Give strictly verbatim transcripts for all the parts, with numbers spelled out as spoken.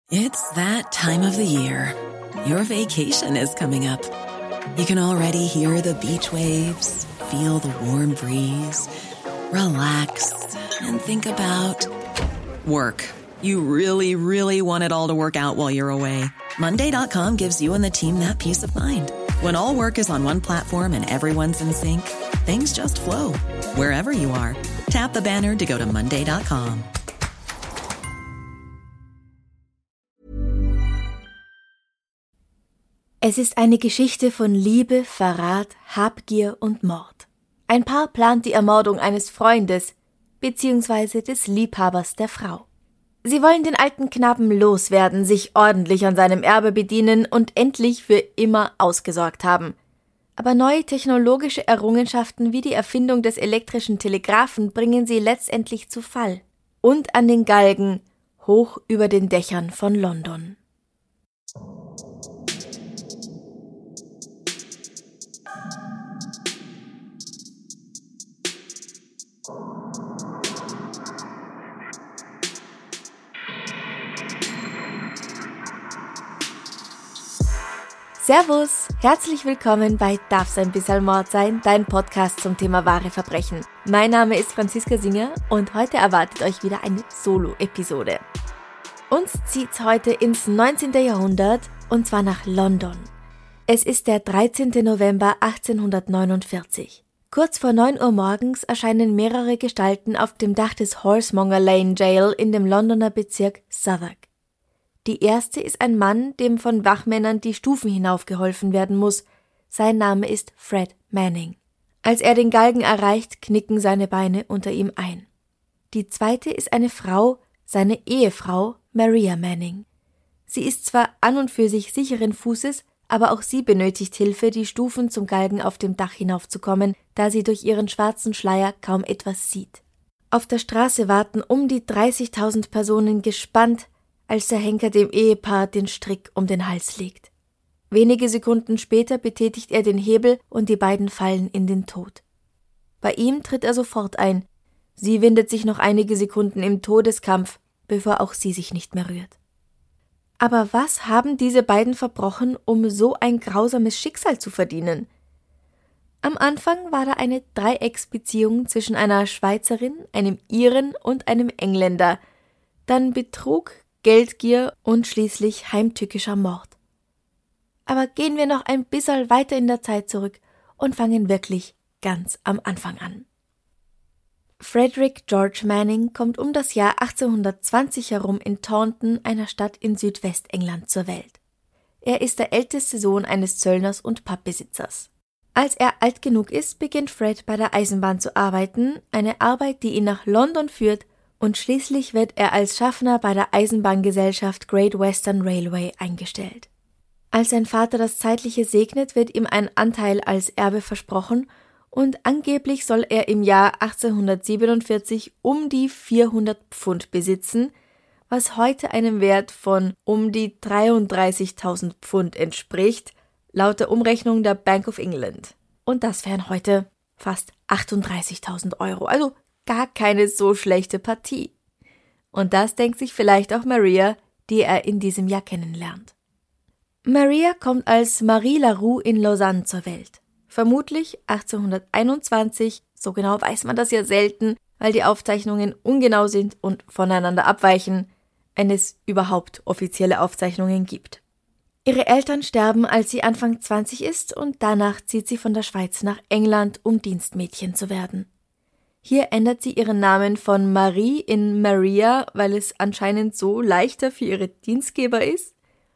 It's that time of the year. Your vacation is coming up. You can already hear the beach waves, feel the warm breeze, relax, and think about work. You really, really want it all to work out while you're away. Monday dot com gives you and the team that peace of mind. When all work is on one platform and everyone's in sync, things just flow. Wherever you are, tap the banner to go to Monday dot com. Es ist eine Geschichte von Liebe, Verrat, Habgier und Mord. Ein Paar plant die Ermordung eines Freundes bzw. des Liebhabers der Frau. Sie wollen den alten Knaben loswerden, sich ordentlich an seinem Erbe bedienen und endlich für immer ausgesorgt haben. Aber neue technologische Errungenschaften wie die Erfindung des elektrischen Telegraphen bringen sie letztendlich zu Fall. Und an den Galgen, hoch über den Dächern von London. Servus, herzlich willkommen bei Darf's ein bisschen Mord sein, dein Podcast zum Thema wahre Verbrechen. Mein Name ist Franziska Singer und heute erwartet euch wieder eine Solo-Episode. Uns zieht's heute ins neunzehnten. Jahrhundert und zwar nach London. Es ist der dreizehnten November achtzehnhundertneunundvierzig. Kurz vor neun Uhr morgens erscheinen mehrere Gestalten auf dem Dach des Horsemonger Lane Jail in dem Londoner Bezirk Southwark. Die erste ist ein Mann, dem von Wachmännern die Stufen hinaufgeholfen werden muss. Sein Name ist Fred Manning. Als er den Galgen erreicht, knicken seine Beine unter ihm ein. Die zweite ist eine Frau, seine Ehefrau Maria Manning. Sie ist zwar an und für sich sicheren Fußes, aber auch sie benötigt Hilfe, die Stufen zum Galgen auf dem Dach hinaufzukommen, da sie durch ihren schwarzen Schleier kaum etwas sieht. Auf der Straße warten um die dreißigtausend Personen gespannt, als der Henker dem Ehepaar den Strick um den Hals legt. Wenige Sekunden später betätigt er den Hebel und die beiden fallen in den Tod. Bei ihm tritt er sofort ein. Sie windet sich noch einige Sekunden im Todeskampf, bevor auch sie sich nicht mehr rührt. Aber was haben diese beiden verbrochen, um so ein grausames Schicksal zu verdienen? Am Anfang war da eine Dreiecksbeziehung zwischen einer Schweizerin, einem Iren und einem Engländer. Dann Betrug, Geldgier und schließlich heimtückischer Mord. Aber gehen wir noch ein bisschen weiter in der Zeit zurück und fangen wirklich ganz am Anfang an. Frederick George Manning kommt um das Jahr achtzehnhundertzwanzig herum in Taunton, einer Stadt in Südwestengland, zur Welt. Er ist der älteste Sohn eines Zöllners und Pappbesitzers. Als er alt genug ist, beginnt Fred bei der Eisenbahn zu arbeiten, eine Arbeit, die ihn nach London führt, und schließlich wird er als Schaffner bei der Eisenbahngesellschaft Great Western Railway eingestellt. Als sein Vater das Zeitliche segnet, wird ihm ein Anteil als Erbe versprochen und angeblich soll er im Jahr achtzehnhundertsiebenundvierzig um die vierhundert Pfund besitzen, was heute einem Wert von um die dreiunddreißigtausend Pfund entspricht, laut der Umrechnung der Bank of England. Und das wären heute fast achtunddreißigtausend Euro, also gar keine so schlechte Partie. Und das denkt sich vielleicht auch Maria, die er in diesem Jahr kennenlernt. Maria kommt als Marie Laroux in Lausanne zur Welt. Vermutlich achtzehnhunderteinundzwanzig, so genau weiß man das ja selten, weil die Aufzeichnungen ungenau sind und voneinander abweichen, wenn es überhaupt offizielle Aufzeichnungen gibt. Ihre Eltern sterben, als sie Anfang zwanzig ist, und danach zieht sie von der Schweiz nach England, um Dienstmädchen zu werden. Hier ändert sie ihren Namen von Marie in Maria, weil es anscheinend so leichter für ihre Dienstgeber ist.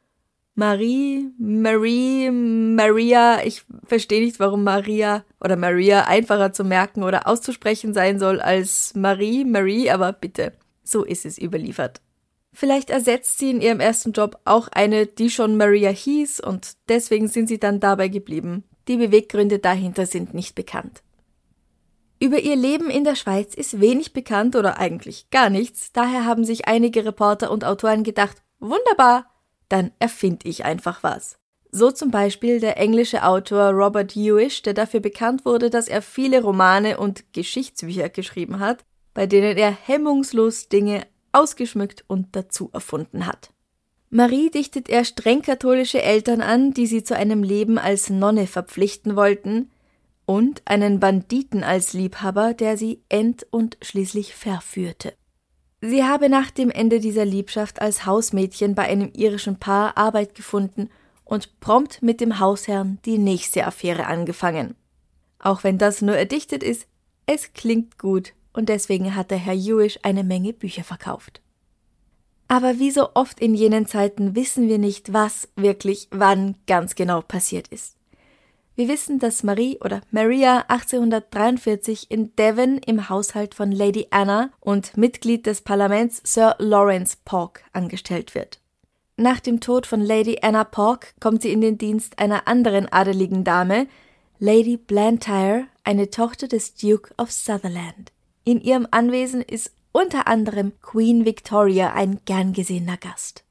Marie, Marie, Maria, ich verstehe nicht, warum Maria oder Maria einfacher zu merken oder auszusprechen sein soll als Marie, Marie, aber bitte, so ist es überliefert. Vielleicht ersetzt sie in ihrem ersten Job auch eine, die schon Maria hieß, und deswegen sind sie dann dabei geblieben. Die Beweggründe dahinter sind nicht bekannt. Über ihr Leben in der Schweiz ist wenig bekannt oder eigentlich gar nichts, daher haben sich einige Reporter und Autoren gedacht, wunderbar, dann erfinde ich einfach was. So zum Beispiel der englische Autor Robert Hewish, der dafür bekannt wurde, dass er viele Romane und Geschichtsbücher geschrieben hat, bei denen er hemmungslos Dinge ausgeschmückt und dazu erfunden hat. Marie dichtet er streng katholische Eltern an, die sie zu einem Leben als Nonne verpflichten wollten, und einen Banditen als Liebhaber, der sie end- und schließlich verführte. Sie habe nach dem Ende dieser Liebschaft als Hausmädchen bei einem irischen Paar Arbeit gefunden und prompt mit dem Hausherrn die nächste Affäre angefangen. Auch wenn das nur erdichtet ist, es klingt gut und deswegen hat der Herr Hewish eine Menge Bücher verkauft. Aber wie so oft in jenen Zeiten wissen wir nicht, was wirklich wann ganz genau passiert ist. Wir wissen, dass Marie oder Maria achtzehnhundertdreiundvierzig in Devon im Haushalt von Lady Anna und Mitglied des Parlaments Sir Lawrence Polk angestellt wird. Nach dem Tod von Lady Anna Polk kommt sie in den Dienst einer anderen adeligen Dame, Lady Blantyre, eine Tochter des Duke of Sutherland. In ihrem Anwesen ist unter anderem Queen Victoria ein gern gesehener Gast.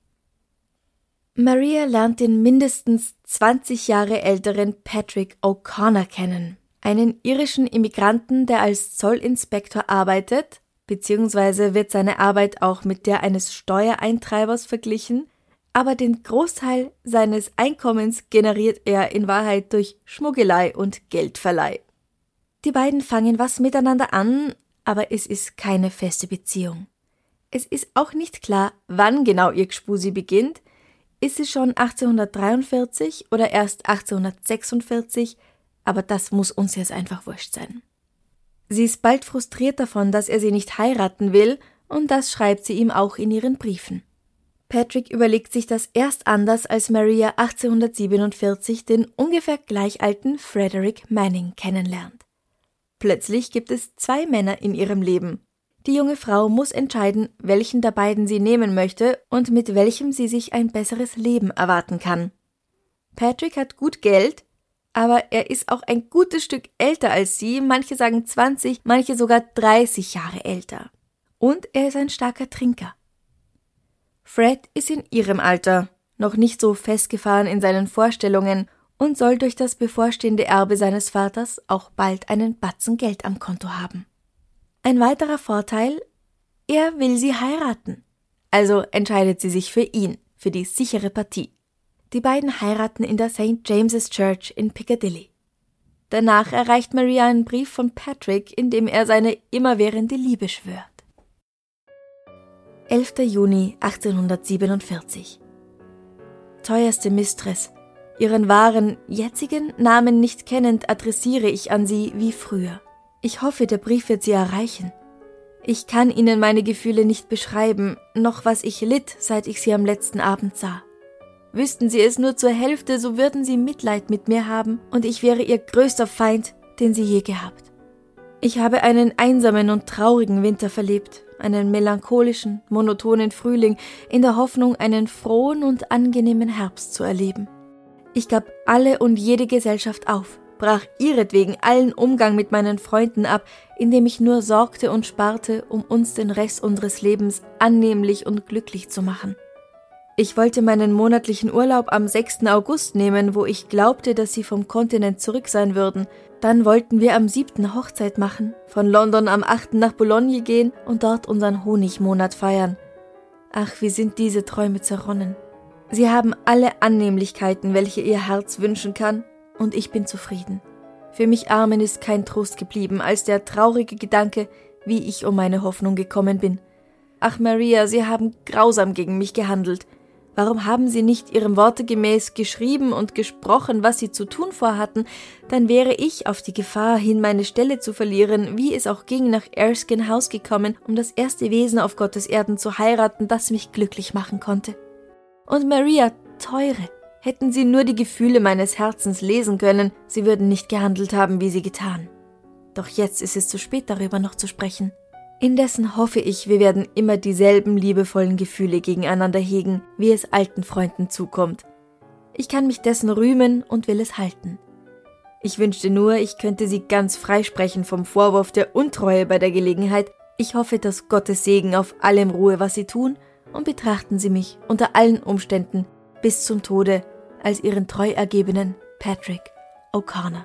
Maria lernt den mindestens zwanzig Jahre älteren Patrick O'Connor kennen, einen irischen Immigranten, der als Zollinspektor arbeitet, beziehungsweise wird seine Arbeit auch mit der eines Steuereintreibers verglichen, aber den Großteil seines Einkommens generiert er in Wahrheit durch Schmuggelei und Geldverleih. Die beiden fangen was miteinander an, aber es ist keine feste Beziehung. Es ist auch nicht klar, wann genau ihr Gspusi beginnt. Ist es schon achtzehnhundertdreiundvierzig oder erst achtzehnhundertsechsundvierzig? Aber das muss uns jetzt einfach wurscht sein. Sie ist bald frustriert davon, dass er sie nicht heiraten will, und das schreibt sie ihm auch in ihren Briefen. Patrick überlegt sich das erst anders, als Maria achtzehnhundertsiebenundvierzig den ungefähr gleich alten Frederick Manning kennenlernt. Plötzlich gibt es zwei Männer in ihrem Leben. Die junge Frau muss entscheiden, welchen der beiden sie nehmen möchte und mit welchem sie sich ein besseres Leben erwarten kann. Patrick hat gut Geld, aber er ist auch ein gutes Stück älter als sie, manche sagen zwanzig, manche sogar dreißig Jahre älter. Und er ist ein starker Trinker. Fred ist in ihrem Alter, noch nicht so festgefahren in seinen Vorstellungen und soll durch das bevorstehende Erbe seines Vaters auch bald einen Batzen Geld am Konto haben. Ein weiterer Vorteil, er will sie heiraten. Also entscheidet sie sich für ihn, für die sichere Partie. Die beiden heiraten in der Saint James's Church in Piccadilly. Danach erreicht Maria einen Brief von Patrick, in dem er seine immerwährende Liebe schwört. elfter Juni achtzehnhundertsiebenundvierzig. Teuerste Mistress, Ihren wahren, jetzigen Namen nicht kennend, adressiere ich an Sie wie früher. Ich hoffe, der Brief wird Sie erreichen. Ich kann Ihnen meine Gefühle nicht beschreiben, noch was ich litt, seit ich Sie am letzten Abend sah. Wüssten Sie es nur zur Hälfte, so würden Sie Mitleid mit mir haben und ich wäre Ihr größter Feind, den Sie je gehabt. Ich habe einen einsamen und traurigen Winter verlebt, einen melancholischen, monotonen Frühling, in der Hoffnung, einen frohen und angenehmen Herbst zu erleben. Ich gab alle und jede Gesellschaft auf, brach ihretwegen allen Umgang mit meinen Freunden ab, indem ich nur sorgte und sparte, um uns den Rest unseres Lebens annehmlich und glücklich zu machen. Ich wollte meinen monatlichen Urlaub am sechsten August nehmen, wo ich glaubte, dass sie vom Kontinent zurück sein würden. Dann wollten wir am siebten Hochzeit machen, von London am achten nach Boulogne gehen und dort unseren Honigmonat feiern. Ach, wie sind diese Träume zerronnen. Sie haben alle Annehmlichkeiten, welche ihr Herz wünschen kann, und ich bin zufrieden. Für mich Armen ist kein Trost geblieben, als der traurige Gedanke, wie ich um meine Hoffnung gekommen bin. Ach Maria, Sie haben grausam gegen mich gehandelt. Warum haben Sie nicht Ihrem Worte gemäß geschrieben und gesprochen, was Sie zu tun vorhatten? Dann wäre ich auf die Gefahr hin, meine Stelle zu verlieren, wie es auch ging, nach Erskine House gekommen, um das erste Wesen auf Gottes Erden zu heiraten, das mich glücklich machen konnte. Und Maria, Teure, hätten Sie nur die Gefühle meines Herzens lesen können, Sie würden nicht gehandelt haben, wie Sie getan. Doch jetzt ist es zu spät, darüber noch zu sprechen. Indessen hoffe ich, wir werden immer dieselben liebevollen Gefühle gegeneinander hegen, wie es alten Freunden zukommt. Ich kann mich dessen rühmen und will es halten. Ich wünschte nur, ich könnte Sie ganz freisprechen vom Vorwurf der Untreue bei der Gelegenheit. Ich hoffe, dass Gottes Segen auf allem ruhe, was Sie tun, und betrachten Sie mich unter allen Umständen bis zum Tode als Ihren treu ergebenen Patrick O'Connor.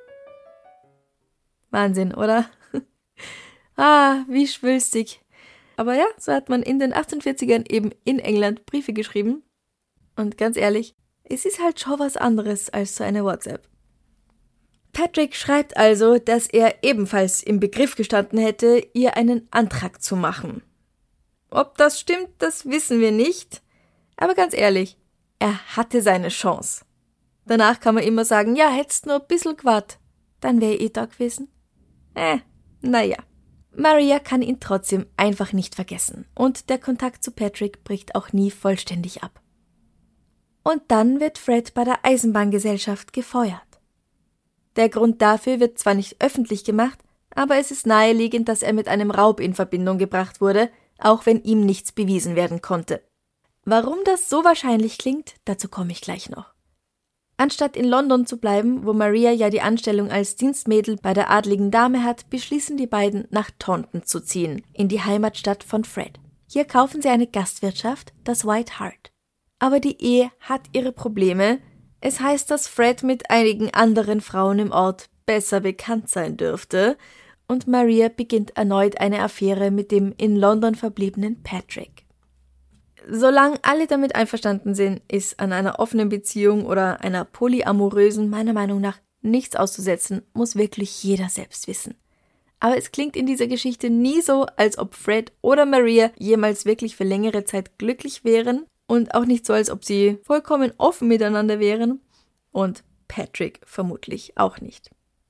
Wahnsinn, oder? Ah, wie schwülstig. Aber ja, so hat man in den achtzehnhundertvierzigern eben in England Briefe geschrieben. Und ganz ehrlich, es ist halt schon was anderes als so eine WhatsApp. Patrick schreibt also, dass er ebenfalls im Begriff gestanden hätte, ihr einen Antrag zu machen. Ob das stimmt, das wissen wir nicht. Aber ganz ehrlich, er hatte seine Chance. Danach kann man immer sagen, ja, hättest nur ein bisschen gewartet, dann wäre eh da gewesen. Äh, naja. Maria kann ihn trotzdem einfach nicht vergessen und der Kontakt zu Patrick bricht auch nie vollständig ab. Und dann wird Fred bei der Eisenbahngesellschaft gefeuert. Der Grund dafür wird zwar nicht öffentlich gemacht, aber es ist naheliegend, dass er mit einem Raub in Verbindung gebracht wurde, auch wenn ihm nichts bewiesen werden konnte. Warum das so wahrscheinlich klingt, dazu komme ich gleich noch. Anstatt in London zu bleiben, wo Maria ja die Anstellung als Dienstmädel bei der adligen Dame hat, beschließen die beiden, nach Taunton zu ziehen, in die Heimatstadt von Fred. Hier kaufen sie eine Gastwirtschaft, das White Hart. Aber die Ehe hat ihre Probleme. Es heißt, dass Fred mit einigen anderen Frauen im Ort besser bekannt sein dürfte und Maria beginnt erneut eine Affäre mit dem in London verbliebenen Patrick. Solange alle damit einverstanden sind, ist an einer offenen Beziehung oder einer polyamorösen meiner Meinung nach nichts auszusetzen, muss wirklich jeder selbst wissen. Aber es klingt in dieser Geschichte nie so, als ob Fred oder Maria jemals wirklich für längere Zeit glücklich wären und auch nicht so, als ob sie vollkommen offen miteinander wären und Patrick vermutlich auch nicht.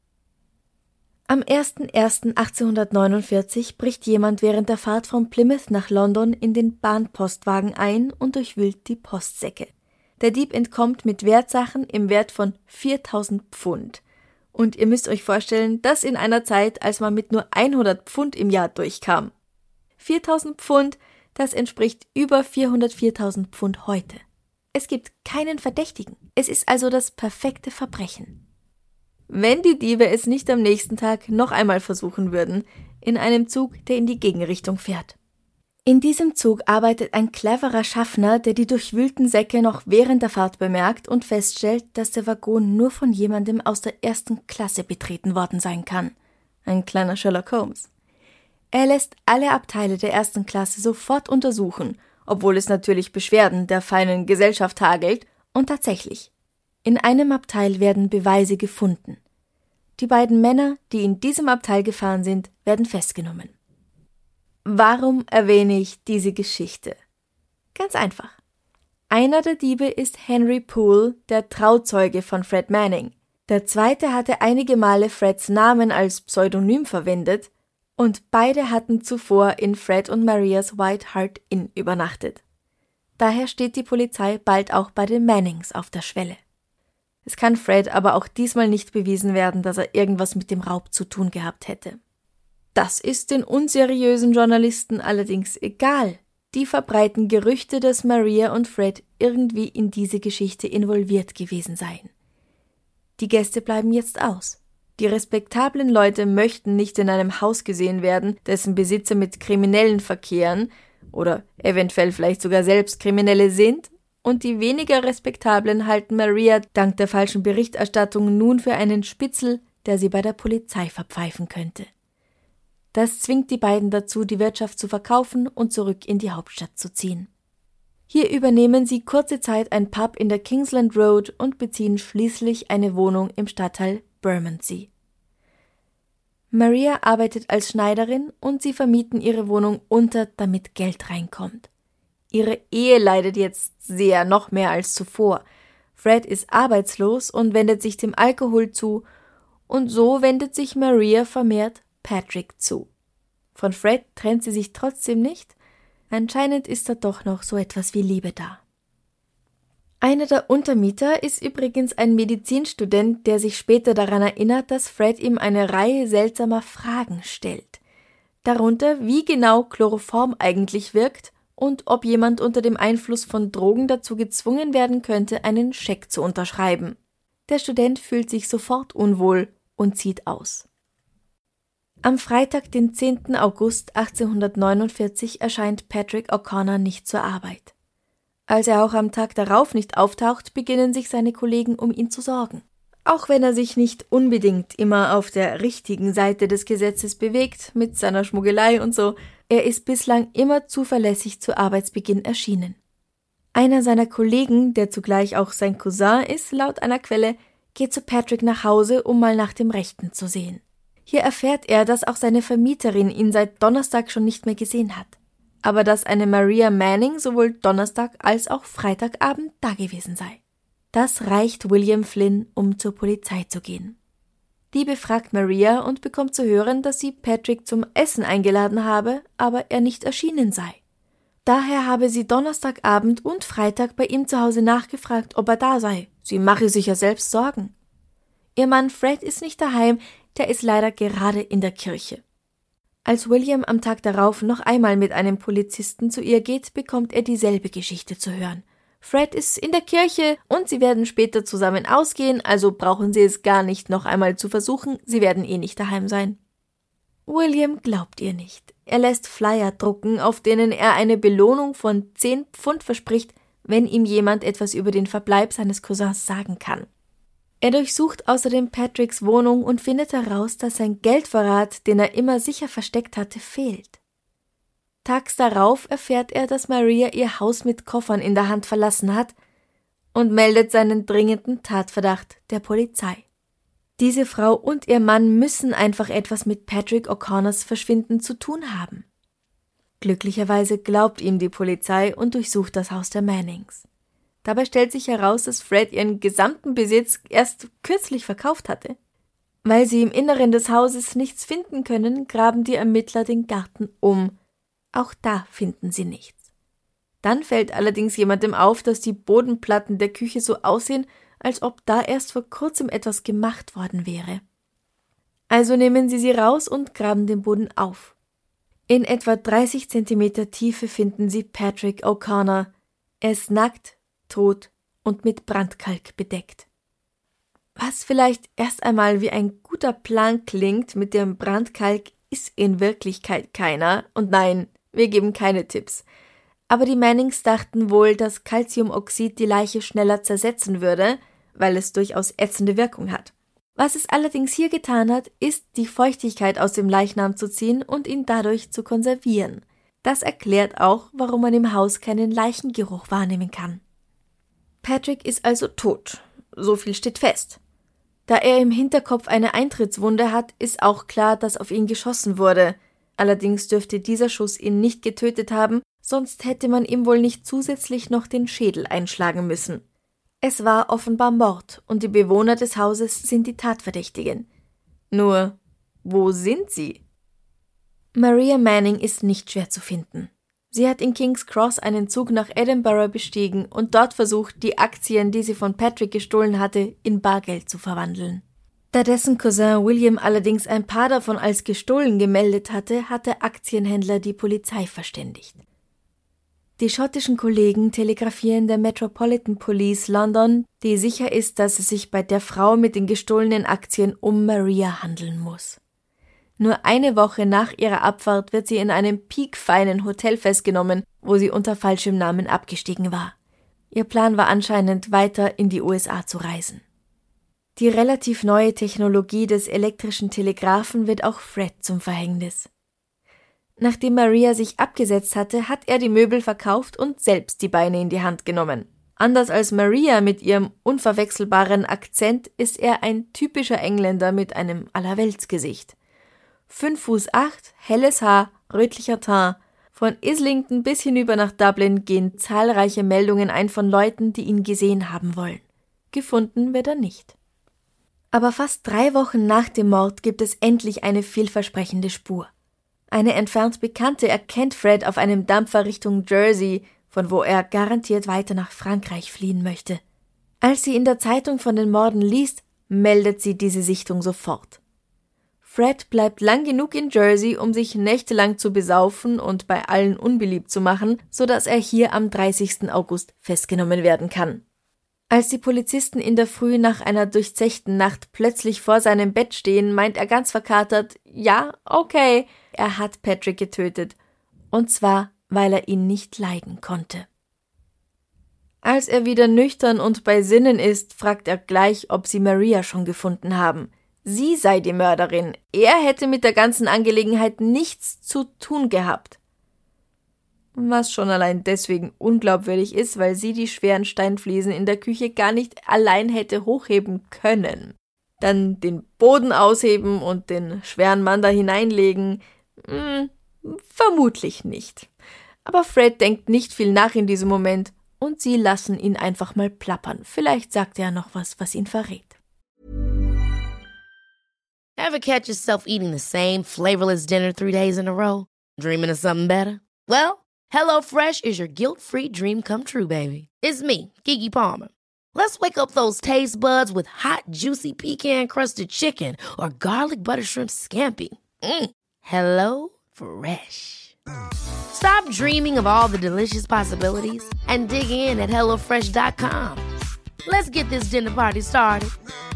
Am erster erster achtzehnhundertneunundvierzig bricht jemand während der Fahrt von Plymouth nach London in den Bahnpostwagen ein und durchwühlt die Postsäcke. Der Dieb entkommt mit Wertsachen im Wert von viertausend Pfund. Und ihr müsst euch vorstellen, das in einer Zeit, als man mit nur hundert Pfund im Jahr durchkam. viertausend Pfund, das entspricht über vierhundertviertausend Pfund heute. Es gibt keinen Verdächtigen. Es ist also das perfekte Verbrechen. Wenn die Diebe es nicht am nächsten Tag noch einmal versuchen würden, in einem Zug, der in die Gegenrichtung fährt. In diesem Zug arbeitet ein cleverer Schaffner, der die durchwühlten Säcke noch während der Fahrt bemerkt und feststellt, dass der Waggon nur von jemandem aus der ersten Klasse betreten worden sein kann. Ein kleiner Sherlock Holmes. Er lässt alle Abteile der ersten Klasse sofort untersuchen, obwohl es natürlich Beschwerden der feinen Gesellschaft hagelt, und tatsächlich. In einem Abteil werden Beweise gefunden. Die beiden Männer, die in diesem Abteil gefahren sind, werden festgenommen. Warum erwähne ich diese Geschichte? Ganz einfach. Einer der Diebe ist Henry Poole, der Trauzeuge von Fred Manning. Der zweite hatte einige Male Freds Namen als Pseudonym verwendet und beide hatten zuvor in Fred und Marias White Hart Inn übernachtet. Daher steht die Polizei bald auch bei den Mannings auf der Schwelle. Es kann Fred aber auch diesmal nicht bewiesen werden, dass er irgendwas mit dem Raub zu tun gehabt hätte. Das ist den unseriösen Journalisten allerdings egal. Die verbreiten Gerüchte, dass Maria und Fred irgendwie in diese Geschichte involviert gewesen seien. Die Gäste bleiben jetzt aus. Die respektablen Leute möchten nicht in einem Haus gesehen werden, dessen Besitzer mit Kriminellen verkehren oder eventuell vielleicht sogar selbst Kriminelle sind. Und die weniger Respektablen halten Maria dank der falschen Berichterstattung nun für einen Spitzel, der sie bei der Polizei verpfeifen könnte. Das zwingt die beiden dazu, die Wirtschaft zu verkaufen und zurück in die Hauptstadt zu ziehen. Hier übernehmen sie kurze Zeit ein Pub in der Kingsland Road und beziehen schließlich eine Wohnung im Stadtteil Bermondsey. Maria arbeitet als Schneiderin und sie vermieten ihre Wohnung unter, damit Geld reinkommt. Ihre Ehe leidet jetzt sehr, noch mehr als zuvor. Fred ist arbeitslos und wendet sich dem Alkohol zu, und so wendet sich Maria vermehrt Patrick zu. Von Fred trennt sie sich trotzdem nicht, anscheinend ist da doch noch so etwas wie Liebe da. Einer der Untermieter ist übrigens ein Medizinstudent, der sich später daran erinnert, dass Fred ihm eine Reihe seltsamer Fragen stellt. Darunter, wie genau Chloroform eigentlich wirkt, und ob jemand unter dem Einfluss von Drogen dazu gezwungen werden könnte, einen Scheck zu unterschreiben. Der Student fühlt sich sofort unwohl und zieht aus. Am Freitag, den zehnten August achtzehnhundertneunundvierzig, erscheint Patrick O'Connor nicht zur Arbeit. Als er auch am Tag darauf nicht auftaucht, beginnen sich seine Kollegen um ihn zu sorgen. Auch wenn er sich nicht unbedingt immer auf der richtigen Seite des Gesetzes bewegt, mit seiner Schmuggelei und so, er ist bislang immer zuverlässig zu Arbeitsbeginn erschienen. Einer seiner Kollegen, der zugleich auch sein Cousin ist, laut einer Quelle, geht zu Patrick nach Hause, um mal nach dem Rechten zu sehen. Hier erfährt er, dass auch seine Vermieterin ihn seit Donnerstag schon nicht mehr gesehen hat, aber dass eine Maria Manning sowohl Donnerstag als auch Freitagabend dagewesen sei. Das reicht William Flynn, um zur Polizei zu gehen. Die befragt Maria und bekommt zu hören, dass sie Patrick zum Essen eingeladen habe, aber er nicht erschienen sei. Daher habe sie Donnerstagabend und Freitag bei ihm zu Hause nachgefragt, ob er da sei. Sie mache sich ja selbst Sorgen. Ihr Mann Fred ist nicht daheim, der ist leider gerade in der Kirche. Als William am Tag darauf noch einmal mit einem Polizisten zu ihr geht, bekommt er dieselbe Geschichte zu hören. Fred ist in der Kirche und sie werden später zusammen ausgehen, also brauchen sie es gar nicht noch einmal zu versuchen, sie werden eh nicht daheim sein. William glaubt ihr nicht. Er lässt Flyer drucken, auf denen er eine Belohnung von zehn Pfund verspricht, wenn ihm jemand etwas über den Verbleib seines Cousins sagen kann. Er durchsucht außerdem Patricks Wohnung und findet heraus, dass sein Geldvorrat, den er immer sicher versteckt hatte, fehlt. Tags darauf erfährt er, dass Maria ihr Haus mit Koffern in der Hand verlassen hat und meldet seinen dringenden Tatverdacht der Polizei. Diese Frau und ihr Mann müssen einfach etwas mit Patrick O'Connors Verschwinden zu tun haben. Glücklicherweise glaubt ihm die Polizei und durchsucht das Haus der Mannings. Dabei stellt sich heraus, dass Fred ihren gesamten Besitz erst kürzlich verkauft hatte. Weil sie im Inneren des Hauses nichts finden können, graben die Ermittler den Garten um. Auch da finden sie nichts. Dann fällt allerdings jemandem auf, dass die Bodenplatten der Küche so aussehen, als ob da erst vor kurzem etwas gemacht worden wäre. Also nehmen sie sie raus und graben den Boden auf. In etwa dreißig Zentimeter Tiefe finden sie Patrick O'Connor. Er ist nackt, tot und mit Brandkalk bedeckt. Was vielleicht erst einmal wie ein guter Plan klingt mit dem Brandkalk, ist in Wirklichkeit keiner. Und nein, wir geben keine Tipps. Aber die Mannings dachten wohl, dass Calciumoxid die Leiche schneller zersetzen würde, weil es durchaus ätzende Wirkung hat. Was es allerdings hier getan hat, ist, die Feuchtigkeit aus dem Leichnam zu ziehen und ihn dadurch zu konservieren. Das erklärt auch, warum man im Haus keinen Leichengeruch wahrnehmen kann. Patrick ist also tot. So viel steht fest. Da er im Hinterkopf eine Eintrittswunde hat, ist auch klar, dass auf ihn geschossen wurde. Allerdings dürfte dieser Schuss ihn nicht getötet haben, sonst hätte man ihm wohl nicht zusätzlich noch den Schädel einschlagen müssen. Es war offenbar Mord und die Bewohner des Hauses sind die Tatverdächtigen. Nur, wo sind sie? Maria Manning ist nicht schwer zu finden. Sie hat in King's Cross einen Zug nach Edinburgh bestiegen und dort versucht, die Aktien, die sie von Patrick gestohlen hatte, in Bargeld zu verwandeln. Da dessen Cousin William allerdings ein paar davon als gestohlen gemeldet hatte, hat der Aktienhändler die Polizei verständigt. Die schottischen Kollegen telegrafieren der Metropolitan Police London, die sicher ist, dass es sich bei der Frau mit den gestohlenen Aktien um Maria handeln muss. Nur eine Woche nach ihrer Abfahrt wird sie in einem piekfeinen Hotel festgenommen, wo sie unter falschem Namen abgestiegen war. Ihr Plan war anscheinend, weiter in die U S A zu reisen. Die relativ neue Technologie des elektrischen Telegraphen wird auch Fred zum Verhängnis. Nachdem Maria sich abgesetzt hatte, hat er die Möbel verkauft und selbst die Beine in die Hand genommen. Anders als Maria mit ihrem unverwechselbaren Akzent ist er ein typischer Engländer mit einem Allerweltsgesicht. Fünf Fuß acht, helles Haar, rötlicher Teint. Von Islington bis hinüber nach Dublin gehen zahlreiche Meldungen ein von Leuten, die ihn gesehen haben wollen. Gefunden wird er nicht. Aber fast drei Wochen nach dem Mord gibt es endlich eine vielversprechende Spur. Eine entfernt Bekannte erkennt Fred auf einem Dampfer Richtung Jersey, von wo er garantiert weiter nach Frankreich fliehen möchte. Als sie in der Zeitung von den Morden liest, meldet sie diese Sichtung sofort. Fred bleibt lang genug in Jersey, um sich nächtelang zu besaufen und bei allen unbeliebt zu machen, sodass er hier am dreißigsten August festgenommen werden kann. Als die Polizisten in der Früh nach einer durchzechten Nacht plötzlich vor seinem Bett stehen, meint er ganz verkatert, ja, okay, er hat Patrick getötet. Und zwar, weil er ihn nicht leiden konnte. Als er wieder nüchtern und bei Sinnen ist, fragt er gleich, ob sie Maria schon gefunden haben. Sie sei die Mörderin. Er hätte mit der ganzen Angelegenheit nichts zu tun gehabt. was schon allein deswegen unglaubwürdig ist, weil sie die schweren Steinfliesen in der Küche gar nicht allein hätte hochheben können. Dann den Boden ausheben und den schweren Mann da hineinlegen? Hm, vermutlich nicht. Aber Fred denkt nicht viel nach in diesem Moment und sie lassen ihn einfach mal plappern. Vielleicht sagt er noch was, was ihn verrät. Ever catch yourself eating the same flavorless dinner three days in a row? Dreaming of something better? Well, HelloFresh is your guilt-free dream come true, baby. It's me, Keke Palmer. Let's wake up those taste buds with hot, juicy pecan-crusted chicken or garlic butter shrimp scampi. Mm. Hello Fresh. Stop dreaming of all the delicious possibilities and dig in at hello fresh dot com. Let's get this dinner party started.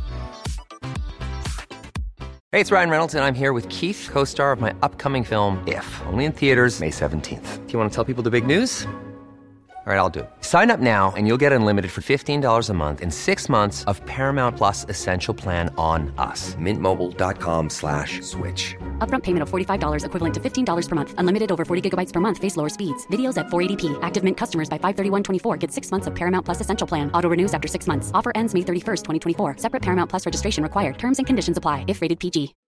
Hey, it's Ryan Reynolds, and I'm here with Keith, co-star of my upcoming film, If, only in theaters May seventeenth. Do you want to tell people the big news? All right, I'll do it. Sign up now and you'll get unlimited for fifteen dollars a month and six months of Paramount Plus Essential Plan on us. Mint Mobile dot com slash switch. Upfront payment of forty-five dollars equivalent to fifteen dollars per month. Unlimited over forty gigabytes per month. Face lower speeds. Videos at four eighty p. Active Mint customers by five thirty-one twenty-four get six months of Paramount Plus Essential Plan. Auto renews after six months. Offer ends May thirty-first, twenty twenty-four. Separate Paramount Plus registration required. Terms and conditions apply if rated P G.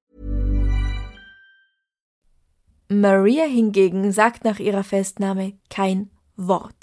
Maria hingegen sagt nach ihrer Festnahme kein Wort.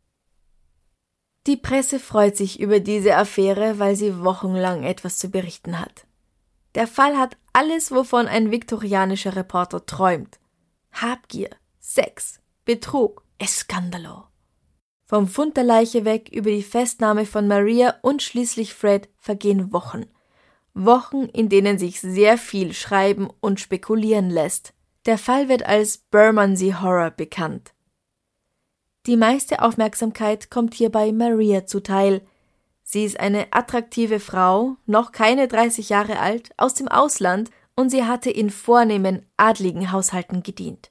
Die Presse freut sich über diese Affäre, weil sie wochenlang etwas zu berichten hat. Der Fall hat alles, wovon ein viktorianischer Reporter träumt. Habgier, Sex, Betrug, Eskandalo. Vom Fund der Leiche weg über die Festnahme von Maria und schließlich Fred vergehen Wochen. Wochen, in denen sich sehr viel schreiben und spekulieren lässt. Der Fall wird als Bermondsey Horror bekannt. Die meiste Aufmerksamkeit kommt hierbei Maria zuteil. Sie ist eine attraktive Frau, noch keine dreißig Jahre alt, aus dem Ausland und sie hatte in vornehmen, adligen Haushalten gedient.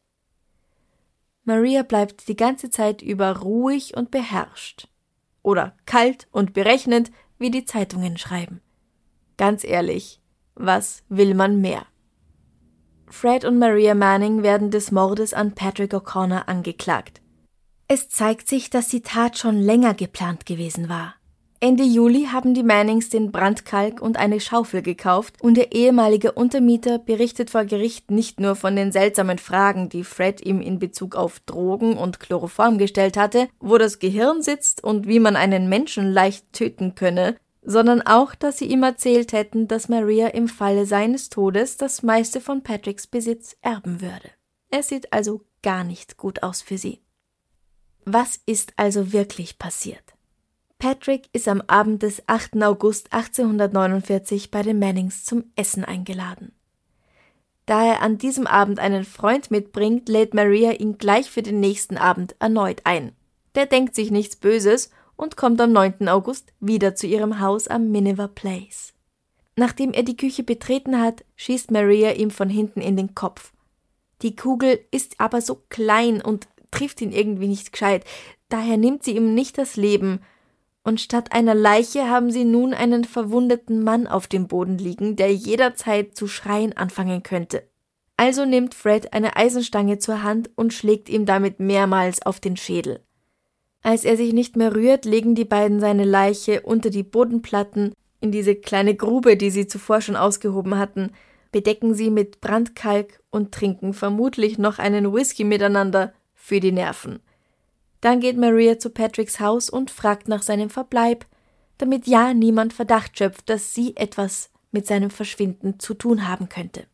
Maria bleibt die ganze Zeit über ruhig und beherrscht. Oder kalt und berechnend, wie die Zeitungen schreiben. Ganz ehrlich, was will man mehr? Fred und Maria Manning werden des Mordes an Patrick O'Connor angeklagt. Es zeigt sich, dass die Tat schon länger geplant gewesen war. Ende Juli haben die Mannings den Brandkalk und eine Schaufel gekauft und ihr ehemaliger Untermieter berichtet vor Gericht nicht nur von den seltsamen Fragen, die Fred ihm in Bezug auf Drogen und Chloroform gestellt hatte, wo das Gehirn sitzt und wie man einen Menschen leicht töten könne, sondern auch, dass sie ihm erzählt hätten, dass Maria im Falle seines Todes das meiste von Patricks Besitz erben würde. Es sieht also gar nicht gut aus für sie. Was ist also wirklich passiert? Patrick ist am Abend des achten August achtzehnhundertneunundvierzig bei den Mannings zum Essen eingeladen. Da er an diesem Abend einen Freund mitbringt, lädt Maria ihn gleich für den nächsten Abend erneut ein. Der denkt sich nichts Böses und kommt am neunten August wieder zu ihrem Haus am Miniver Place. Nachdem er die Küche betreten hat, schießt Maria ihm von hinten in den Kopf. Die Kugel ist aber so klein und trifft ihn irgendwie nicht gescheit, daher nimmt sie ihm nicht das Leben, und statt einer Leiche haben sie nun einen verwundeten Mann auf dem Boden liegen, der jederzeit zu schreien anfangen könnte. Also nimmt Fred eine Eisenstange zur Hand und schlägt ihm damit mehrmals auf den Schädel. Als er sich nicht mehr rührt, legen die beiden seine Leiche unter die Bodenplatten in diese kleine Grube, die sie zuvor schon ausgehoben hatten, bedecken sie mit Brandkalk und trinken vermutlich noch einen Whisky miteinander für die Nerven. Dann geht Maria zu Patricks Haus und fragt nach seinem Verbleib, damit ja niemand Verdacht schöpft, dass sie etwas mit seinem Verschwinden zu tun haben könnte.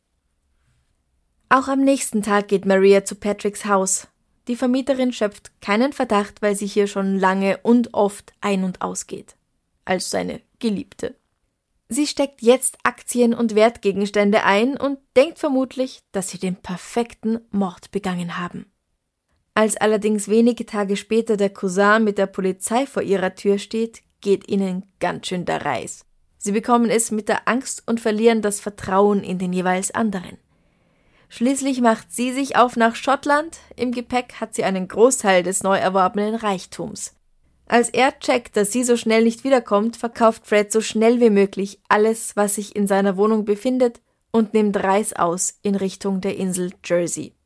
Auch am nächsten Tag geht Maria zu Patricks Haus. Die Vermieterin schöpft keinen Verdacht, weil sie hier schon lange und oft ein- und ausgeht. Als seine Geliebte. Sie steckt jetzt Aktien und Wertgegenstände ein und denkt vermutlich, dass sie den perfekten Mord begangen haben. Als allerdings wenige Tage später der Cousin mit der Polizei vor ihrer Tür steht, geht ihnen ganz schön der Reis. Sie bekommen es mit der Angst und verlieren das Vertrauen in den jeweils anderen. Schließlich macht sie sich auf nach Schottland, im Gepäck hat sie einen Großteil des neu erworbenen Reichtums. Als er checkt, dass sie so schnell nicht wiederkommt, verkauft Fred so schnell wie möglich alles, was sich in seiner Wohnung befindet und nimmt Reis aus in Richtung der Insel Jersey.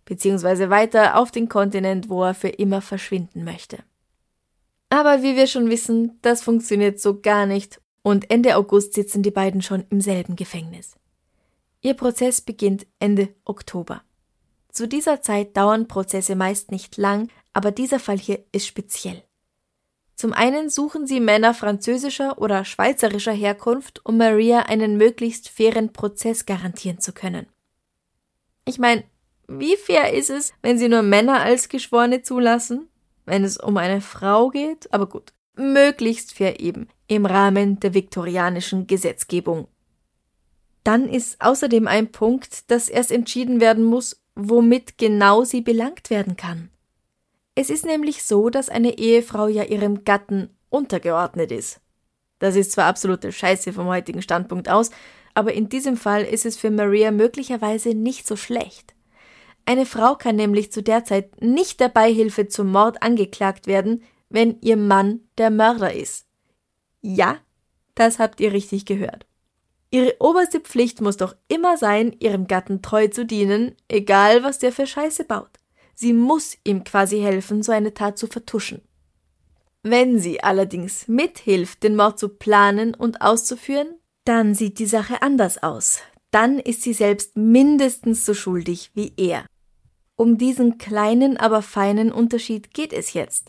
beziehungsweise weiter auf den Kontinent, wo er für immer verschwinden möchte. Aber wie wir schon wissen, das funktioniert so gar nicht und Ende August sitzen die beiden schon im selben Gefängnis. Ihr Prozess beginnt Ende Oktober. Zu dieser Zeit dauern Prozesse meist nicht lang, aber dieser Fall hier ist speziell. Zum einen suchen sie Männer französischer oder schweizerischer Herkunft, um Maria einen möglichst fairen Prozess garantieren zu können. Ich meine, wie fair ist es, wenn sie nur Männer als Geschworene zulassen, wenn es um eine Frau geht? Aber gut, möglichst fair eben, im Rahmen der viktorianischen Gesetzgebung. Dann ist außerdem ein Punkt, dass erst entschieden werden muss, womit genau sie belangt werden kann. Es ist nämlich so, dass eine Ehefrau ja ihrem Gatten untergeordnet ist. Das ist zwar absolute Scheiße vom heutigen Standpunkt aus, aber in diesem Fall ist es für Maria möglicherweise nicht so schlecht. Eine Frau kann nämlich zu der Zeit nicht der Beihilfe zum Mord angeklagt werden, wenn ihr Mann der Mörder ist. Ja, das habt ihr richtig gehört. Ihre oberste Pflicht muss doch immer sein, ihrem Gatten treu zu dienen, egal was der für Scheiße baut. Sie muss ihm quasi helfen, so eine Tat zu vertuschen. Wenn sie allerdings mithilft, den Mord zu planen und auszuführen, dann sieht die Sache anders aus. Dann ist sie selbst mindestens so schuldig wie er. Um diesen kleinen, aber feinen Unterschied geht es jetzt.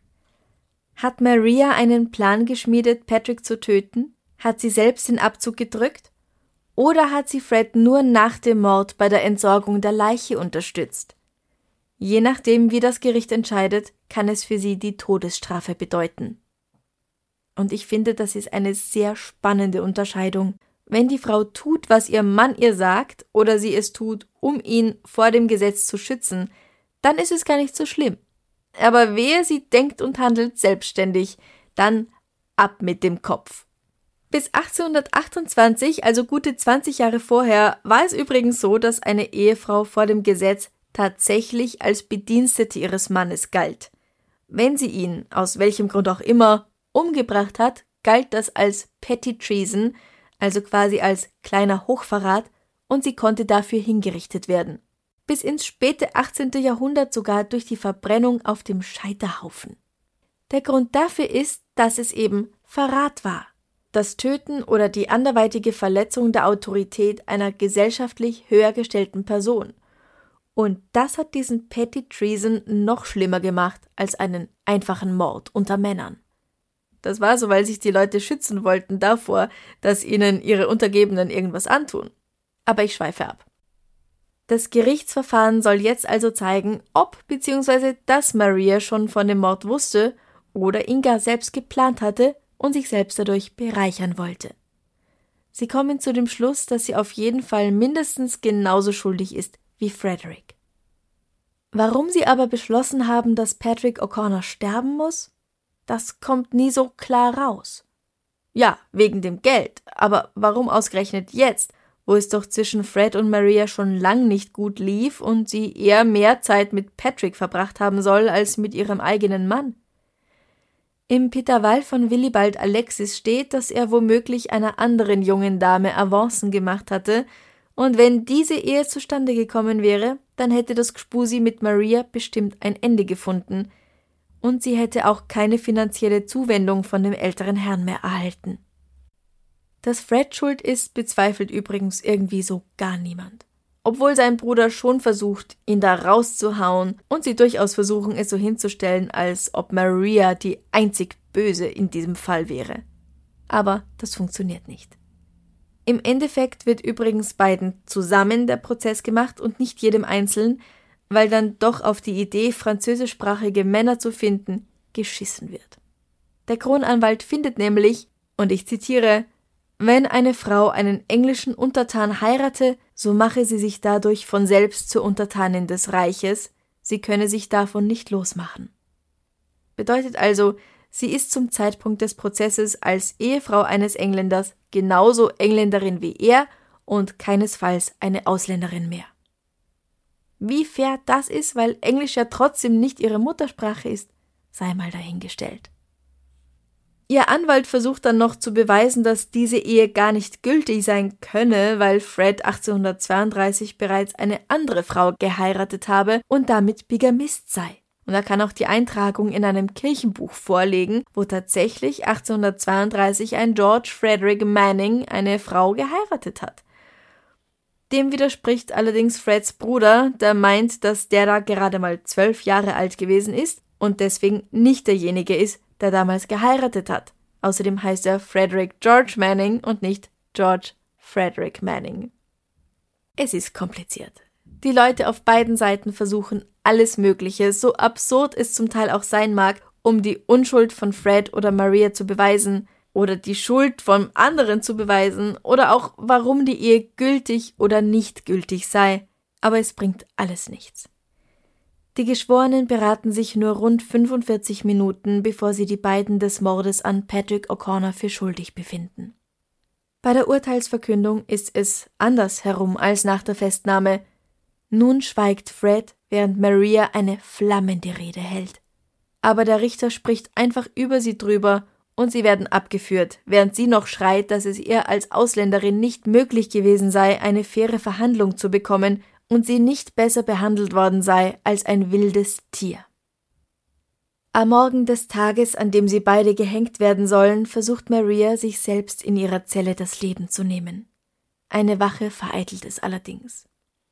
Hat Maria einen Plan geschmiedet, Patrick zu töten? Hat sie selbst den Abzug gedrückt? Oder hat sie Fred nur nach dem Mord bei der Entsorgung der Leiche unterstützt? Je nachdem, wie das Gericht entscheidet, kann es für sie die Todesstrafe bedeuten. Und ich finde, das ist eine sehr spannende Unterscheidung. Wenn die Frau tut, was ihr Mann ihr sagt, oder sie es tut, um ihn vor dem Gesetz zu schützen, dann ist es gar nicht so schlimm. Aber wehe, sie denkt und handelt selbstständig, dann ab mit dem Kopf. Bis achtzehnhundertachtundzwanzig, also gute zwanzig Jahre vorher, war es übrigens so, dass eine Ehefrau vor dem Gesetz tatsächlich als Bedienstete ihres Mannes galt. Wenn sie ihn, aus welchem Grund auch immer, umgebracht hat, galt das als Petty Treason, also quasi als kleiner Hochverrat, und sie konnte dafür hingerichtet werden. Bis ins späte achtzehnte Jahrhundert sogar durch die Verbrennung auf dem Scheiterhaufen. Der Grund dafür ist, dass es eben Verrat war. Das Töten oder die anderweitige Verletzung der Autorität einer gesellschaftlich höher gestellten Person. Und das hat diesen Petty Treason noch schlimmer gemacht als einen einfachen Mord unter Männern. Das war so, weil sich die Leute schützen wollten davor, dass ihnen ihre Untergebenen irgendwas antun. Aber ich schweife ab. Das Gerichtsverfahren soll jetzt also zeigen, ob bzw. dass Maria schon von dem Mord wusste oder ihn gar selbst geplant hatte und sich selbst dadurch bereichern wollte. Sie kommen zu dem Schluss, dass sie auf jeden Fall mindestens genauso schuldig ist wie Frederick. Warum sie aber beschlossen haben, dass Patrick O'Connor sterben muss, das kommt nie so klar raus. Ja, wegen dem Geld, aber warum ausgerechnet jetzt, wo es doch zwischen Fred und Maria schon lang nicht gut lief und sie eher mehr Zeit mit Patrick verbracht haben soll als mit ihrem eigenen Mann? Im Pitaval von Willibald Alexis steht, dass er womöglich einer anderen jungen Dame Avancen gemacht hatte, und wenn diese Ehe zustande gekommen wäre, dann hätte das Gspusi mit Maria bestimmt ein Ende gefunden und sie hätte auch keine finanzielle Zuwendung von dem älteren Herrn mehr erhalten. Dass Fred schuld ist, bezweifelt übrigens irgendwie so gar niemand. Obwohl sein Bruder schon versucht, ihn da rauszuhauen und sie durchaus versuchen, es so hinzustellen, als ob Maria die einzig Böse in diesem Fall wäre. Aber das funktioniert nicht. Im Endeffekt wird übrigens beiden zusammen der Prozess gemacht und nicht jedem einzeln, weil dann doch auf die Idee, französischsprachige Männer zu finden, geschissen wird. Der Kronanwalt findet nämlich, und ich zitiere, wenn eine Frau einen englischen Untertan heirate, so mache sie sich dadurch von selbst zur Untertanin des Reiches, sie könne sich davon nicht losmachen. Bedeutet also, sie ist zum Zeitpunkt des Prozesses als Ehefrau eines Engländers genauso Engländerin wie er und keinesfalls eine Ausländerin mehr. Wie fair das ist, weil Englisch ja trotzdem nicht ihre Muttersprache ist, sei mal dahingestellt. Ihr Anwalt versucht dann noch zu beweisen, dass diese Ehe gar nicht gültig sein könne, weil Fred achtzehnhundertzweiunddreißig bereits eine andere Frau geheiratet habe und damit Bigamist sei. Und er kann auch die Eintragung in einem Kirchenbuch vorlegen, wo tatsächlich achtzehnhundertzweiunddreißig ein George Frederick Manning eine Frau geheiratet hat. Dem widerspricht allerdings Freds Bruder, der meint, dass der da gerade mal zwölf Jahre alt gewesen ist und deswegen nicht derjenige ist, der damals geheiratet hat. Außerdem heißt er Frederick George Manning und nicht George Frederick Manning. Es ist kompliziert. Die Leute auf beiden Seiten versuchen alles Mögliche, so absurd es zum Teil auch sein mag, um die Unschuld von Fred oder Maria zu beweisen oder die Schuld vom anderen zu beweisen oder auch, warum die Ehe gültig oder nicht gültig sei. Aber es bringt alles nichts. Die Geschworenen beraten sich nur rund fünfundvierzig Minuten, bevor sie die beiden des Mordes an Patrick O'Connor für schuldig befinden. Bei der Urteilsverkündung ist es anders herum als nach der Festnahme. Nun schweigt Fred, während Maria eine flammende Rede hält. Aber der Richter spricht einfach über sie drüber und sie werden abgeführt, während sie noch schreit, dass es ihr als Ausländerin nicht möglich gewesen sei, eine faire Verhandlung zu bekommen und sie nicht besser behandelt worden sei als ein wildes Tier. Am Morgen des Tages, an dem sie beide gehängt werden sollen, versucht Maria, sich selbst in ihrer Zelle das Leben zu nehmen. Eine Wache vereitelt es allerdings.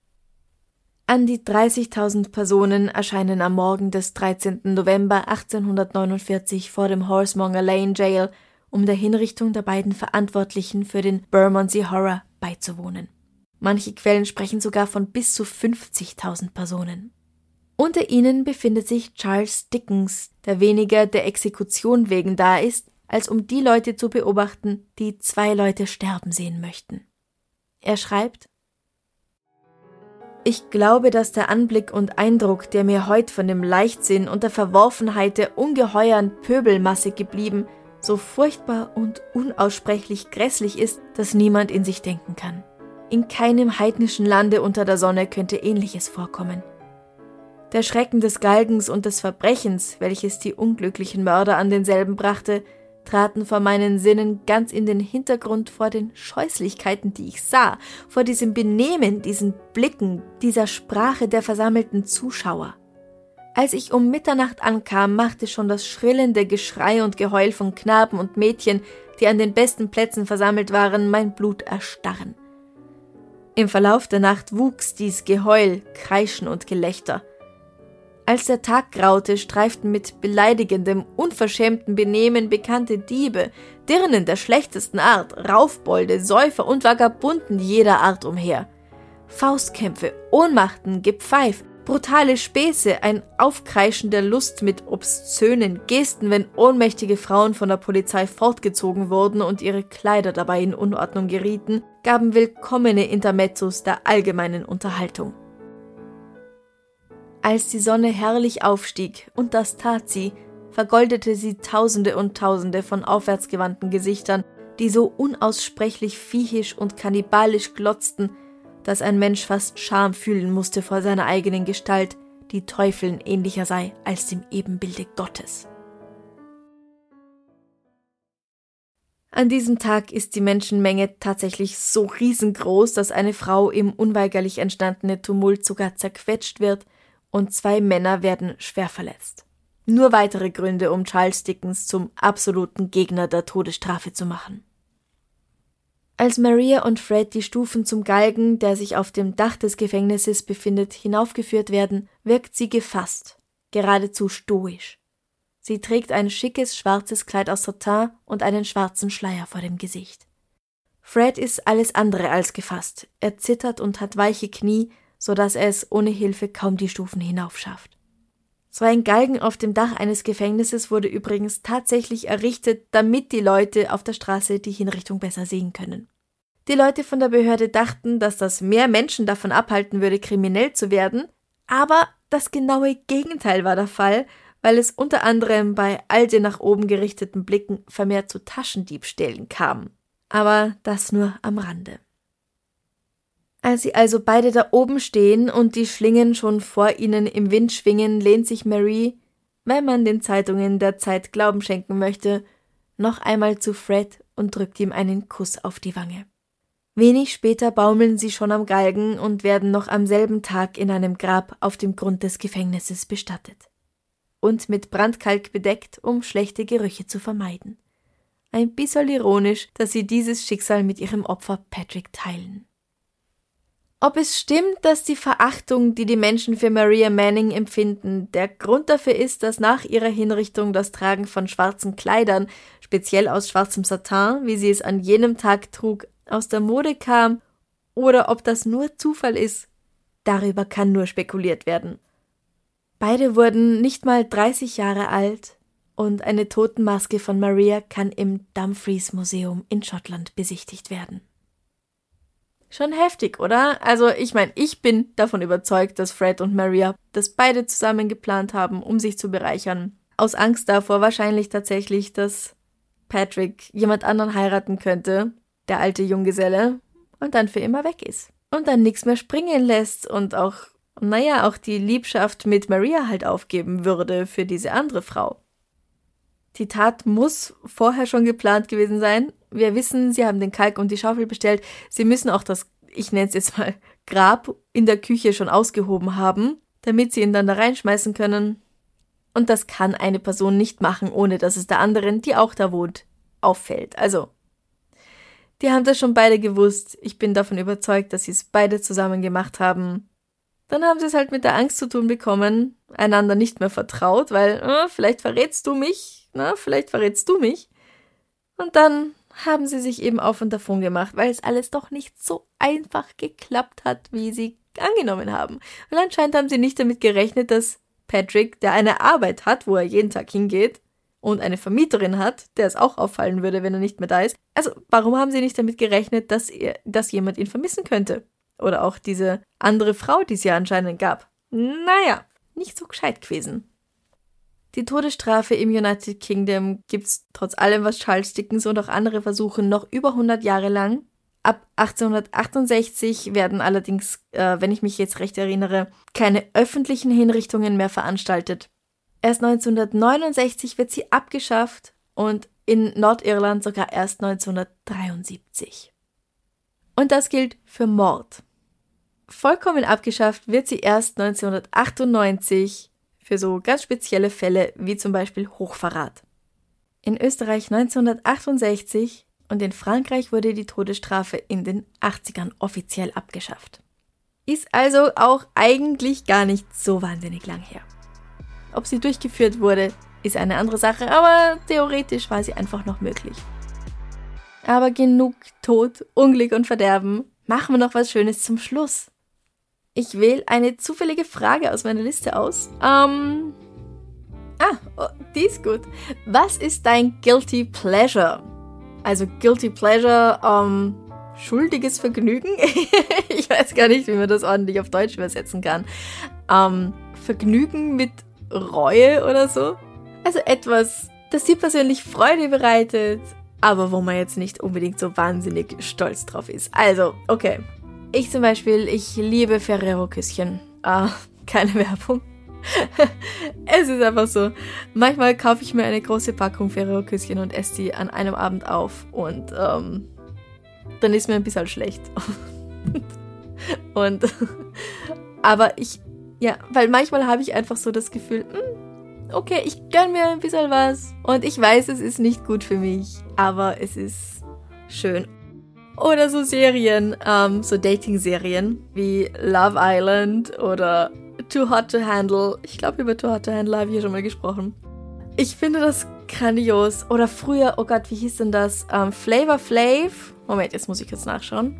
An die dreißigtausend Personen erscheinen am Morgen des dreizehnten November achtzehnhundertneunundvierzig vor dem Horsemonger Lane Jail, um der Hinrichtung der beiden Verantwortlichen für den Bermondsey Horror beizuwohnen. Manche Quellen sprechen sogar von bis zu fünfzigtausend Personen. Unter ihnen befindet sich Charles Dickens, der weniger der Exekution wegen da ist, als um die Leute zu beobachten, die zwei Leute sterben sehen möchten. Er schreibt: Ich glaube, dass der Anblick und Eindruck, der mir heut von dem Leichtsinn und der Verworfenheit der ungeheuren Pöbelmasse geblieben, so furchtbar und unaussprechlich grässlich ist, dass niemand in sich denken kann. In keinem heidnischen Lande unter der Sonne könnte Ähnliches vorkommen. Der Schrecken des Galgens und des Verbrechens, welches die unglücklichen Mörder an denselben brachte, traten vor meinen Sinnen ganz in den Hintergrund vor den Scheußlichkeiten, die ich sah, vor diesem Benehmen, diesen Blicken, dieser Sprache der versammelten Zuschauer. Als ich um Mitternacht ankam, machte schon das schrillende Geschrei und Geheul von Knaben und Mädchen, die an den besten Plätzen versammelt waren, mein Blut erstarren. Im Verlauf der Nacht wuchs dies Geheul, Kreischen und Gelächter. Als der Tag graute, streiften mit beleidigendem, unverschämten Benehmen bekannte Diebe, Dirnen der schlechtesten Art, Raufbolde, Säufer und Vagabunden jeder Art umher. Faustkämpfe, Ohnmachten, Gepfeif, brutale Späße, ein Aufkreischen der Lust mit obszönen Gesten, wenn ohnmächtige Frauen von der Polizei fortgezogen wurden und ihre Kleider dabei in Unordnung gerieten, gaben willkommene Intermezzos der allgemeinen Unterhaltung. Als die Sonne herrlich aufstieg, und das tat sie, vergoldete sie Tausende und Tausende von aufwärtsgewandten Gesichtern, die so unaussprechlich viehisch und kannibalisch glotzten, dass ein Mensch fast Scham fühlen musste vor seiner eigenen Gestalt, die Teufeln ähnlicher sei als dem Ebenbilde Gottes. An diesem Tag ist die Menschenmenge tatsächlich so riesengroß, dass eine Frau im unweigerlich entstandene Tumult sogar zerquetscht wird, und zwei Männer werden schwer verletzt. Nur weitere Gründe, um Charles Dickens zum absoluten Gegner der Todesstrafe zu machen. Als Maria und Fred die Stufen zum Galgen, der sich auf dem Dach des Gefängnisses befindet, hinaufgeführt werden, wirkt sie gefasst, geradezu stoisch. Sie trägt ein schickes schwarzes Kleid aus Satin und einen schwarzen Schleier vor dem Gesicht. Fred ist alles andere als gefasst. Er zittert und hat weiche Knie, so dass er es ohne Hilfe kaum die Stufen hinaufschafft. So ein Galgen auf dem Dach eines Gefängnisses wurde übrigens tatsächlich errichtet, damit die Leute auf der Straße die Hinrichtung besser sehen können. Die Leute von der Behörde dachten, dass das mehr Menschen davon abhalten würde, kriminell zu werden, aber das genaue Gegenteil war der Fall, weil es unter anderem bei all den nach oben gerichteten Blicken vermehrt zu Taschendiebstählen kam. Aber das nur am Rande. Als sie also beide da oben stehen und die Schlingen schon vor ihnen im Wind schwingen, lehnt sich Marie, wenn man den Zeitungen der Zeit Glauben schenken möchte, noch einmal zu Fred und drückt ihm einen Kuss auf die Wange. Wenig später baumeln sie schon am Galgen und werden noch am selben Tag in einem Grab auf dem Grund des Gefängnisses bestattet. Und mit Brandkalk bedeckt, um schlechte Gerüche zu vermeiden. Ein bisschen ironisch, dass sie dieses Schicksal mit ihrem Opfer Patrick teilen. Ob es stimmt, dass die Verachtung, die die Menschen für Maria Manning empfinden, der Grund dafür ist, dass nach ihrer Hinrichtung das Tragen von schwarzen Kleidern, speziell aus schwarzem Satin, wie sie es an jenem Tag trug, aus der Mode kam, oder ob das nur Zufall ist, darüber kann nur spekuliert werden. Beide wurden nicht mal dreißig Jahre alt und eine Totenmaske von Maria kann im Dumfries Museum in Schottland besichtigt werden. Schon heftig, oder? Also ich meine, ich bin davon überzeugt, dass Fred und Maria das beide zusammen geplant haben, um sich zu bereichern. Aus Angst davor wahrscheinlich tatsächlich, dass Patrick jemand anderen heiraten könnte, der alte Junggeselle, und dann für immer weg ist. Und dann nichts mehr springen lässt und auch, naja, auch die Liebschaft mit Maria halt aufgeben würde für diese andere Frau. Die Tat muss vorher schon geplant gewesen sein. Wir wissen, sie haben den Kalk und die Schaufel bestellt. Sie müssen auch das, ich nenne es jetzt mal, Grab in der Küche schon ausgehoben haben, damit sie ihn dann da reinschmeißen können. Und das kann eine Person nicht machen, ohne dass es der anderen, die auch da wohnt, auffällt. Also, die haben das schon beide gewusst. Ich bin davon überzeugt, dass sie es beide zusammen gemacht haben. Dann haben sie es halt mit der Angst zu tun bekommen, einander nicht mehr vertraut, weil, äh, vielleicht verrätst du mich, na, vielleicht verrätst du mich. Und dann haben sie sich eben auf und davon gemacht, weil es alles doch nicht so einfach geklappt hat, wie sie angenommen haben. Und anscheinend haben sie nicht damit gerechnet, dass Patrick, der eine Arbeit hat, wo er jeden Tag hingeht, und eine Vermieterin hat, der es auch auffallen würde, wenn er nicht mehr da ist. Also, warum haben sie nicht damit gerechnet, dass, er, dass jemand ihn vermissen könnte? Oder auch diese andere Frau, die es ja anscheinend gab. Naja, nicht so gescheit gewesen. Die Todesstrafe im United Kingdom gibt's trotz allem, was Charles Dickens und auch andere versuchen, noch über hundert Jahre lang. Ab achtzehnhundertachtundsechzig werden allerdings, äh, wenn ich mich jetzt recht erinnere, keine öffentlichen Hinrichtungen mehr veranstaltet. Erst neunzehnhundertneunundsechzig wird sie abgeschafft und in Nordirland sogar erst neunzehnhundertdreiundsiebzig. Und das gilt für Mord. Vollkommen abgeschafft wird sie erst neunzehnhundertachtundneunzig für so ganz spezielle Fälle wie zum Beispiel Hochverrat. In Österreich neunzehnhundertachtundsechzig und in Frankreich wurde die Todesstrafe in den achtzigern offiziell abgeschafft. Ist also auch eigentlich gar nicht so wahnsinnig lang her. Ob sie durchgeführt wurde, ist eine andere Sache, aber theoretisch war sie einfach noch möglich. Aber genug Tod, Unglück und Verderben. Machen wir noch was Schönes zum Schluss. Ich wähle eine zufällige Frage aus meiner Liste aus. Ähm. Ah, oh, die ist gut. Was ist dein Guilty Pleasure? Also Guilty Pleasure, ähm, schuldiges Vergnügen? Ich weiß gar nicht, wie man das ordentlich auf Deutsch übersetzen kann. Ähm, Vergnügen mit Reue oder so? Also etwas, das dir persönlich Freude bereitet, aber wo man jetzt nicht unbedingt so wahnsinnig stolz drauf ist. Also, okay. Ich zum Beispiel, ich liebe Ferrero-Küsschen. Ah, keine Werbung. Es ist einfach so. Manchmal kaufe ich mir eine große Packung Ferrero-Küsschen und esse die an einem Abend auf. Und ähm, dann ist mir ein bisschen schlecht. und aber ich, ja, weil manchmal habe ich einfach so das Gefühl, mh, okay, ich gönn mir ein bisschen was. Und ich weiß, es ist nicht gut für mich, aber es ist schön. Oder so Serien, ähm, so Dating-Serien wie Love Island oder Too Hot to Handle. Ich glaube, über Too Hot to Handle habe ich hier schon mal gesprochen. Ich finde das grandios. Oder früher, oh Gott, wie hieß denn das? Ähm, Flavor Flav. Moment, jetzt muss ich kurz nachschauen.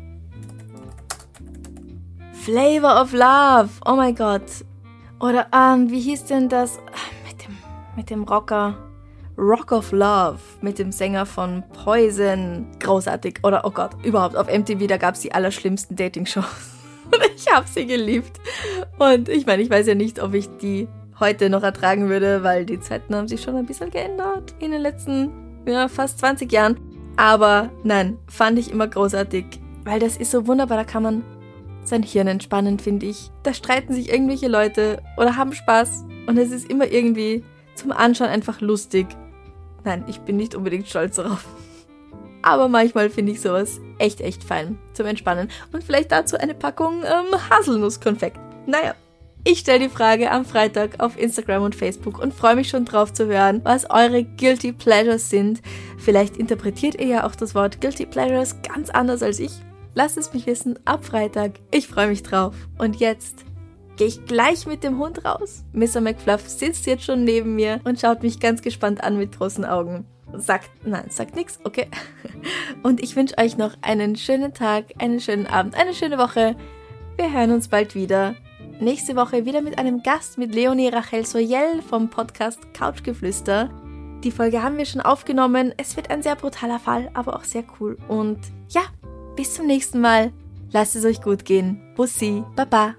Flavor of Love. Oh mein Gott. Oder, ähm, wie hieß denn das? Mit dem, mit dem Rocker. Rock of Love. Mit dem Sänger von Poison. Großartig. Oder, oh Gott, überhaupt. Auf M T V, da gab es die allerschlimmsten Dating-Shows. Und ich habe sie geliebt. Und ich meine, ich weiß ja nicht, ob ich die heute noch ertragen würde, weil die Zeiten haben sich schon ein bisschen geändert in den letzten, ja, fast zwanzig Jahren. Aber nein, fand ich immer großartig, weil das ist so wunderbar, da kann man sein Hirn entspannen, finde ich. Da streiten sich irgendwelche Leute oder haben Spaß und es ist immer irgendwie zum Anschauen einfach lustig. Nein, ich bin nicht unbedingt stolz darauf. Aber manchmal finde ich sowas echt, echt fein zum Entspannen. Und vielleicht dazu eine Packung ähm, Haselnusskonfekt. Naja, ich stelle die Frage am Freitag auf Instagram und Facebook und freue mich schon drauf zu hören, was eure Guilty Pleasures sind. Vielleicht interpretiert ihr ja auch das Wort Guilty Pleasures ganz anders als ich. Lasst es mich wissen ab Freitag. Ich freue mich drauf. Und jetzt gehe ich gleich mit dem Hund raus. Mister McFluff sitzt jetzt schon neben mir und schaut mich ganz gespannt an mit großen Augen. Sagt, nein, sagt nichts, okay. Und ich wünsche euch noch einen schönen Tag, einen schönen Abend, eine schöne Woche. Wir hören uns bald wieder. Nächste Woche wieder mit einem Gast, mit Leonie Rachel Soyel vom Podcast Couchgeflüster. Die Folge haben wir schon aufgenommen. Es wird ein sehr brutaler Fall, aber auch sehr cool. Und ja, bis zum nächsten Mal. Lasst es euch gut gehen. Bussi, Baba.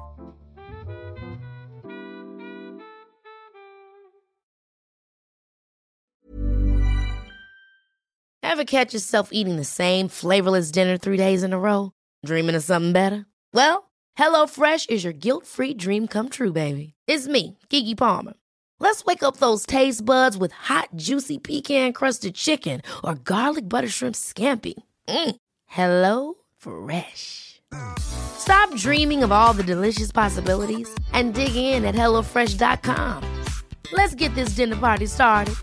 Ever catch yourself eating the same flavorless dinner three days in a row? Dreaming of something better? Well, HelloFresh is your guilt-free dream come true, baby. It's me, Keke Palmer. Let's wake up those taste buds with hot, juicy pecan-crusted chicken or garlic butter shrimp scampi. Mm. Hello Fresh. Stop dreaming of all the delicious possibilities and dig in at hello fresh dot com. Let's get this dinner party started.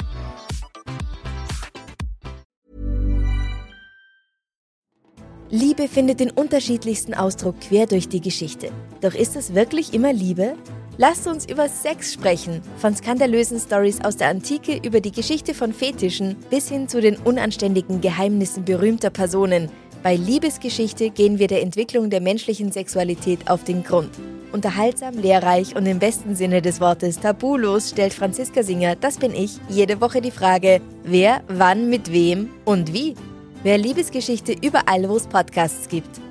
Liebe findet den unterschiedlichsten Ausdruck quer durch die Geschichte. Doch ist es wirklich immer Liebe? Lasst uns über Sex sprechen, von skandalösen Storys aus der Antike über die Geschichte von Fetischen bis hin zu den unanständigen Geheimnissen berühmter Personen. Bei Liebesgeschichte gehen wir der Entwicklung der menschlichen Sexualität auf den Grund. Unterhaltsam, lehrreich und im besten Sinne des Wortes tabulos stellt Franziska Singer, das bin ich, jede Woche die Frage, wer, wann, mit wem und wie. Wer Liebesgeschichte überall, wo es Podcasts gibt.